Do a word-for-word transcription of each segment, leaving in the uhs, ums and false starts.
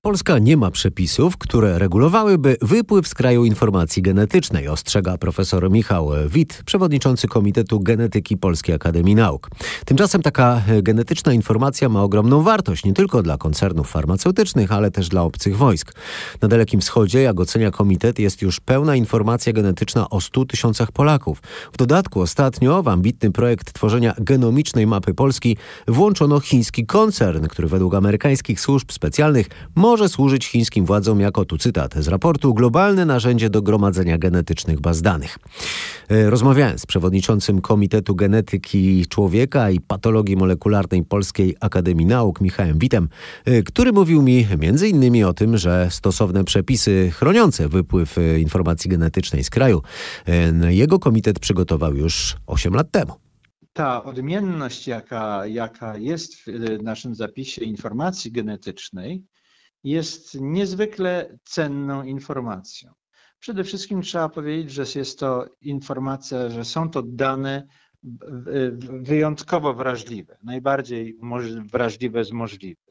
Polska nie ma przepisów, które regulowałyby wypływ z kraju informacji genetycznej, ostrzega profesor Michał Wit, przewodniczący Komitetu Genetyki Polskiej Akademii Nauk. Tymczasem taka genetyczna informacja ma ogromną wartość nie tylko dla koncernów farmaceutycznych, ale też dla obcych wojsk. Na Dalekim Wschodzie, jak ocenia komitet, jest już pełna informacja genetyczna o stu tysiącach Polaków. W dodatku ostatnio w ambitny projekt tworzenia genomicznej mapy Polski włączono chiński koncern, który według amerykańskich służb specjalnych może może służyć chińskim władzom jako, tu cytat z raportu, globalne narzędzie do gromadzenia genetycznych baz danych. Rozmawiałem z przewodniczącym Komitetu Genetyki Człowieka i Patologii Molekularnej Polskiej Akademii Nauk, Michałem Witem, który mówił mi między innymi o tym, że stosowne przepisy chroniące wypływ informacji genetycznej z kraju jego komitet przygotował już osiem lat temu. Ta odmienność, jaka, jaka jest w naszym zapisie informacji genetycznej, jest niezwykle cenną informacją. Przede wszystkim trzeba powiedzieć, że jest to informacja, że są to dane wyjątkowo wrażliwe, najbardziej wrażliwe z możliwych.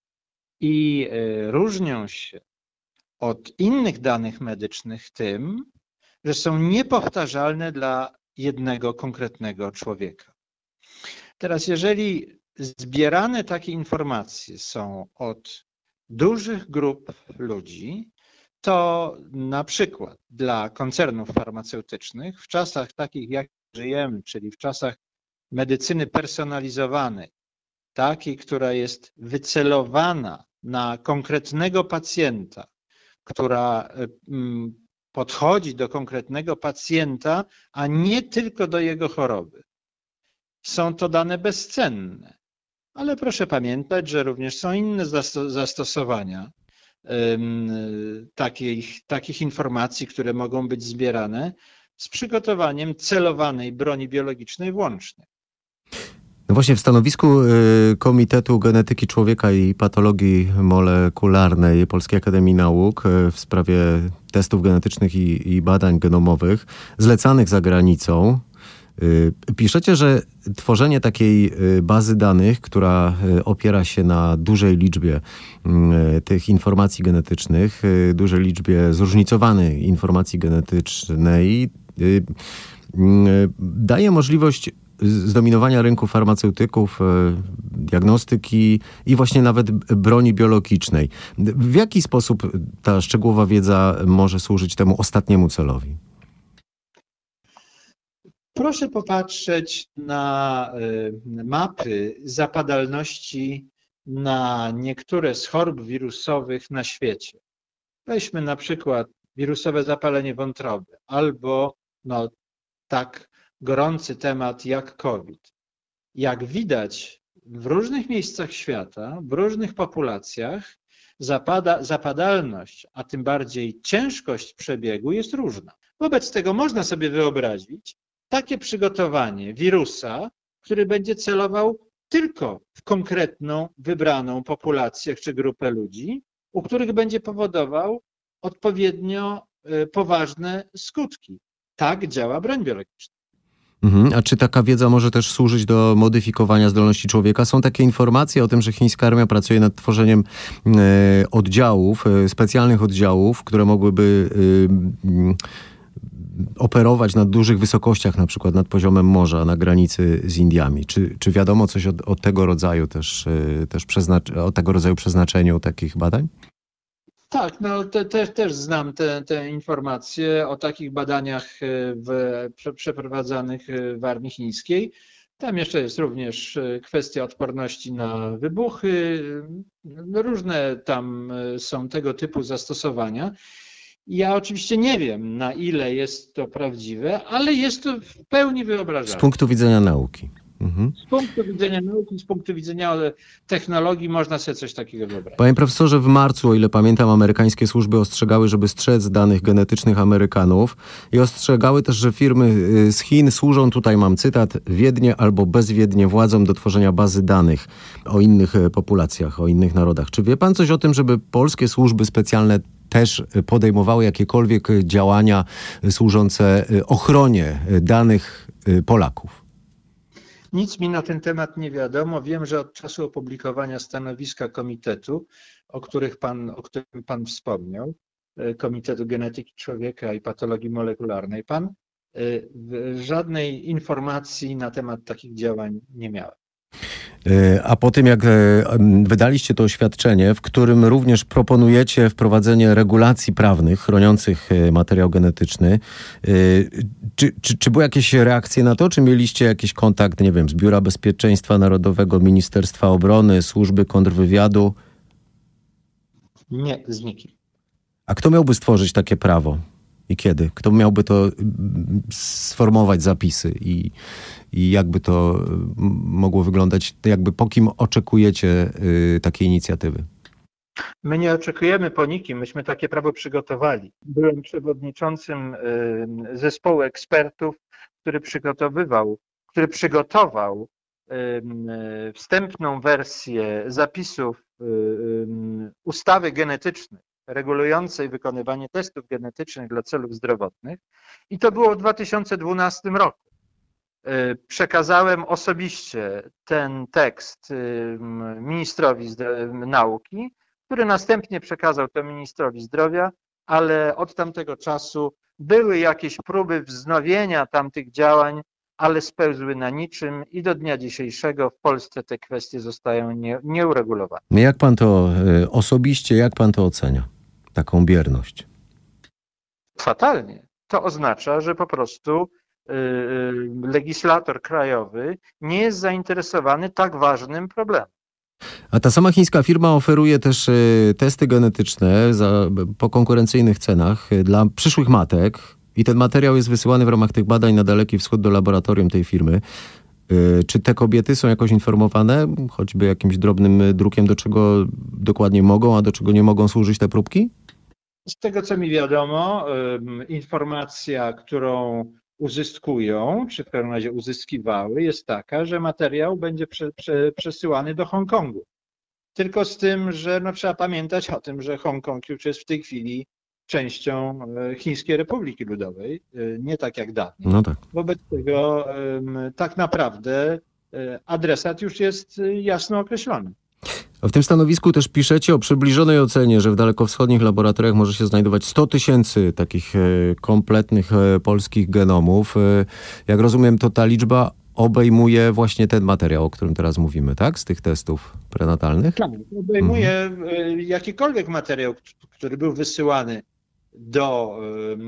I różnią się od innych danych medycznych tym, że są niepowtarzalne dla jednego konkretnego człowieka. Teraz, jeżeli zbierane takie informacje są od dużych grup ludzi, to na przykład dla koncernów farmaceutycznych w czasach takich, jak żyjemy, czyli w czasach medycyny personalizowanej, takiej, która jest wycelowana na konkretnego pacjenta, która podchodzi do konkretnego pacjenta, a nie tylko do jego choroby, są to dane bezcenne. Ale proszę pamiętać, że również są inne zastosowania um, takich, takich informacji, które mogą być zbierane z przygotowaniem celowanej broni biologicznej włącznie. No właśnie w stanowisku y, Komitetu Genetyki Człowieka i Patologii Molekularnej Polskiej Akademii Nauk y, w sprawie testów genetycznych i, i badań genomowych zlecanych za granicą piszecie, że tworzenie takiej bazy danych, która opiera się na dużej liczbie tych informacji genetycznych, dużej liczbie zróżnicowanej informacji genetycznej, daje możliwość zdominowania rynku farmaceutyków, diagnostyki i właśnie nawet broni biologicznej. W jaki sposób ta szczegółowa wiedza może służyć temu ostatniemu celowi? Proszę popatrzeć na mapy zapadalności na niektóre z chorób wirusowych na świecie. Weźmy na przykład wirusowe zapalenie wątroby albo no, tak gorący temat jak COVID. Jak widać w różnych miejscach świata, w różnych populacjach zapada, zapadalność, a tym bardziej ciężkość przebiegu jest różna. Wobec tego można sobie wyobrazić, takie przygotowanie wirusa, który będzie celował tylko w konkretną, wybraną populację czy grupę ludzi, u których będzie powodował odpowiednio poważne skutki. Tak działa broń biologiczna. Mhm. A czy taka wiedza może też służyć do modyfikowania zdolności człowieka? Są takie informacje o tym, że chińska armia pracuje nad tworzeniem e, oddziałów, e, specjalnych oddziałów, które mogłyby e, operować na dużych wysokościach, na przykład nad poziomem morza, na granicy z Indiami. Czy, czy wiadomo coś o, o tego rodzaju też, też przeznac- o tego rodzaju przeznaczeniu takich badań? Tak, no te, te, też znam te, te informacje o takich badaniach w, prze, przeprowadzanych w armii chińskiej. Tam jeszcze jest również kwestia odporności na wybuchy. Różne tam są tego typu zastosowania. Ja oczywiście nie wiem, na ile jest to prawdziwe, ale jest to w pełni wyobrażalne. Z punktu widzenia nauki. Mhm. Z punktu widzenia nauki, z punktu widzenia technologii można sobie coś takiego wyobrazić. Panie profesorze, w marcu, o ile pamiętam, amerykańskie służby ostrzegały, żeby strzec danych genetycznych Amerykanów i ostrzegały też, że firmy z Chin służą, tutaj mam cytat, wiednie albo bezwiednie władzom do tworzenia bazy danych o innych populacjach, o innych narodach. Czy wie pan coś o tym, żeby polskie służby specjalne też podejmowały jakiekolwiek działania służące ochronie danych Polaków? Nic mi na ten temat nie wiadomo. Wiem, że od czasu opublikowania stanowiska komitetu, o których pan, o którym pan wspomniał, Komitetu Genetyki Człowieka i Patologii Molekularnej, pan żadnej informacji na temat takich działań nie miałem. A po tym, jak wydaliście to oświadczenie, w którym również proponujecie wprowadzenie regulacji prawnych chroniących materiał genetyczny, czy, czy, czy były jakieś reakcje na to? Czy mieliście jakiś kontakt, nie wiem, z Biura Bezpieczeństwa Narodowego, Ministerstwa Obrony, Służby Kontrwywiadu? Nie, z nikim. A kto miałby stworzyć takie prawo i kiedy? Kto miałby to sformułować zapisy i, i jakby to mogło wyglądać? Jakby po kim oczekujecie y, takiej inicjatywy? My nie oczekujemy po nikim. Myśmy takie prawo przygotowali. Byłem przewodniczącym y, zespołu ekspertów, który przygotowywał, który przygotował y, y, wstępną wersję zapisów y, y, ustawy genetycznej regulującej wykonywanie testów genetycznych dla celów zdrowotnych i to było w dwa tysiące dwunastym roku. Przekazałem osobiście ten tekst ministrowi nauki, który następnie przekazał to ministrowi zdrowia, ale od tamtego czasu były jakieś próby wznowienia tamtych działań, ale spełzły na niczym i do dnia dzisiejszego w Polsce te kwestie zostają nie, nieuregulowane. Jak pan to osobiście, jak pan to ocenia? Taką bierność? Fatalnie. To oznacza, że po prostu yy, legislator krajowy nie jest zainteresowany tak ważnym problemem. A ta sama chińska firma oferuje też y, testy genetyczne za, po konkurencyjnych cenach y, dla przyszłych matek i ten materiał jest wysyłany w ramach tych badań na Daleki Wschód do laboratorium tej firmy. Y, czy te kobiety są jakoś informowane, choćby jakimś drobnym drukiem, do czego dokładnie mogą, a do czego nie mogą służyć te próbki? Z tego, co mi wiadomo, informacja, którą uzyskują, czy w każdym razie uzyskiwały, jest taka, że materiał będzie prze, prze, przesyłany do Hongkongu. Tylko z tym, że no, trzeba pamiętać o tym, że Hongkong już jest w tej chwili częścią Chińskiej Republiki Ludowej, nie tak jak dawniej. No tak. Wobec tego tak naprawdę adresat już jest jasno określony. A w tym stanowisku też piszecie o przybliżonej ocenie, że w dalekowschodnich laboratoriach może się znajdować sto tysięcy takich kompletnych polskich genomów. Jak rozumiem, to ta liczba obejmuje właśnie ten materiał, o którym teraz mówimy, tak? Z tych testów prenatalnych? Tak, obejmuje mhm. jakikolwiek materiał, który był wysyłany do,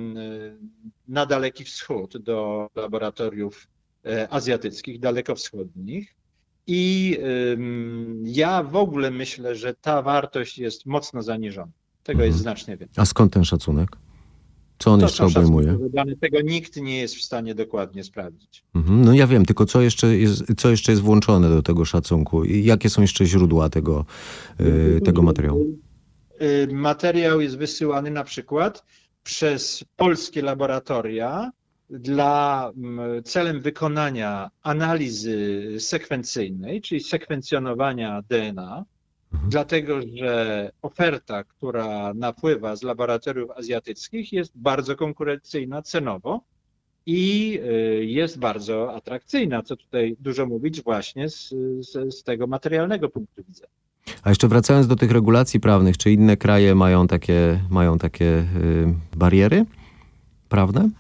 na Daleki Wschód, do laboratoriów azjatyckich, dalekowschodnich. I ym, ja w ogóle myślę, że ta wartość jest mocno zaniżona. Tego mhm. jest znacznie więcej. A skąd ten szacunek? Co on to jeszcze obejmuje? Tego nikt nie jest w stanie dokładnie sprawdzić. Mhm. No ja wiem, tylko co jeszcze jest, co jeszcze jest włączone do tego szacunku? I jakie są jeszcze źródła tego, yy, tego materiału? Yy, materiał jest wysyłany na przykład przez polskie laboratoria dla celem wykonania analizy sekwencyjnej, czyli sekwencjonowania D N A, mhm. dlatego że oferta, która napływa z laboratoriów azjatyckich, jest bardzo konkurencyjna cenowo i jest bardzo atrakcyjna, co tutaj dużo mówić właśnie z, z, z tego materialnego punktu widzenia. A jeszcze wracając do tych regulacji prawnych, czy inne kraje mają takie, mają takie yy, bariery prawne?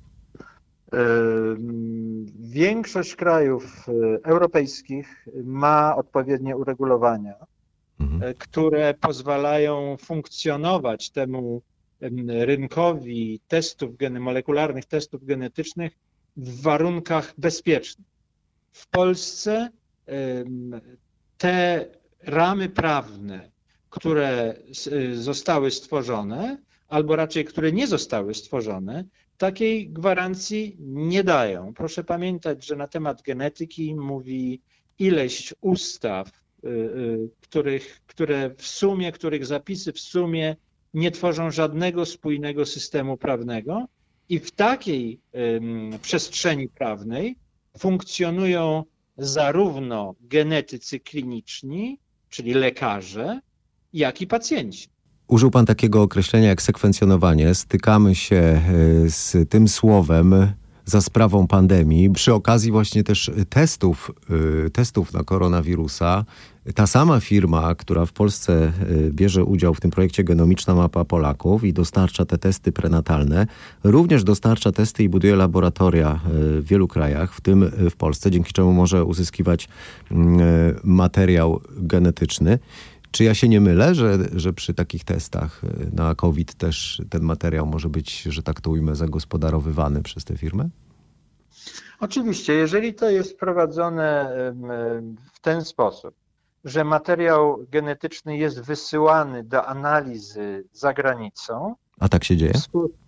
Większość krajów europejskich ma odpowiednie uregulowania, mhm. które pozwalają funkcjonować temu rynkowi testów molekularnych, testów genetycznych w warunkach bezpiecznych. W Polsce te ramy prawne, które zostały stworzone, albo raczej które nie zostały stworzone, takiej gwarancji nie dają. Proszę pamiętać, że na temat genetyki mówi ileś ustaw, których, które w sumie, których zapisy w sumie nie tworzą żadnego spójnego systemu prawnego i w takiej przestrzeni prawnej funkcjonują zarówno genetycy kliniczni, czyli lekarze, jak i pacjenci. Użył pan takiego określenia jak sekwencjonowanie. Stykamy się z tym słowem za sprawą pandemii, przy okazji właśnie też testów, testów na koronawirusa. Ta sama firma, która w Polsce bierze udział w tym projekcie Genomiczna Mapa Polaków i dostarcza te testy prenatalne, również dostarcza testy i buduje laboratoria w wielu krajach, w tym w Polsce, dzięki czemu może uzyskiwać materiał genetyczny. Czy ja się nie mylę, że, że przy takich testach na COVID też ten materiał może być, że tak to ujmę, zagospodarowywany przez tę firmę? Oczywiście, jeżeli to jest prowadzone w ten sposób, że materiał genetyczny jest wysyłany do analizy za granicą. A tak się dzieje?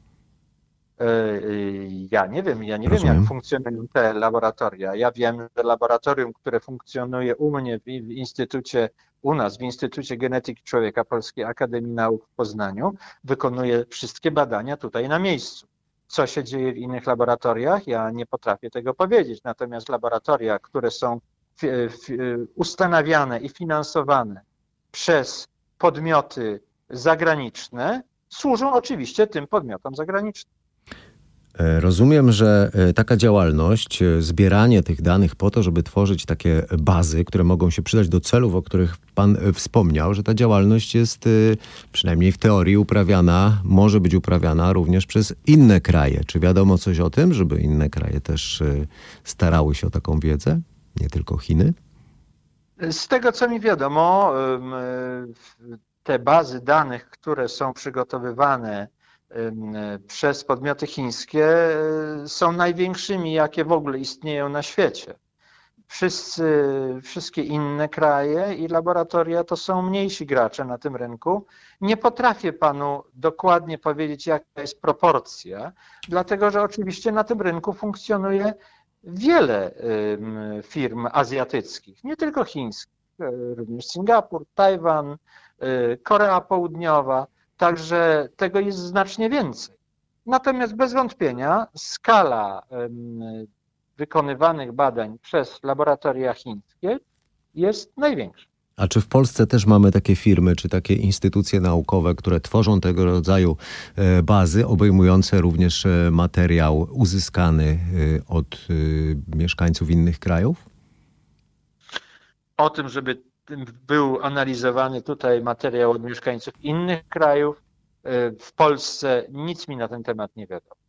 Ja nie wiem, ja nie Rozumiem. wiem, jak funkcjonują te laboratoria. Ja wiem, że laboratorium, które funkcjonuje u mnie w, w instytucie, u nas w Instytucie Genetyki Człowieka Polskiej Akademii Nauk w Poznaniu, wykonuje wszystkie badania tutaj na miejscu. Co się dzieje w innych laboratoriach? Ja nie potrafię tego powiedzieć. Natomiast laboratoria, które są ustanawiane i finansowane przez podmioty zagraniczne, służą oczywiście tym podmiotom zagranicznym. Rozumiem, że taka działalność, zbieranie tych danych po to, żeby tworzyć takie bazy, które mogą się przydać do celów, o których pan wspomniał, że ta działalność jest przynajmniej w teorii uprawiana, może być uprawiana również przez inne kraje. Czy wiadomo coś o tym, żeby inne kraje też starały się o taką wiedzę? Nie tylko Chiny? Z tego, co mi wiadomo, te bazy danych, które są przygotowywane przez podmioty chińskie, są największymi, jakie w ogóle istnieją na świecie. Wszyscy, wszystkie inne kraje i laboratoria to są mniejsi gracze na tym rynku. Nie potrafię panu dokładnie powiedzieć, jaka jest proporcja, dlatego że oczywiście na tym rynku funkcjonuje wiele firm azjatyckich, nie tylko chińskich, również Singapur, Tajwan, Korea Południowa, także tego jest znacznie więcej. Natomiast bez wątpienia skala wykonywanych badań przez laboratoria chińskie jest największa. A czy w Polsce też mamy takie firmy, czy takie instytucje naukowe, które tworzą tego rodzaju bazy, obejmujące również materiał uzyskany od mieszkańców innych krajów? O tym, żeby był analizowany tutaj materiał od mieszkańców innych krajów, w Polsce nic mi na ten temat nie wiadomo.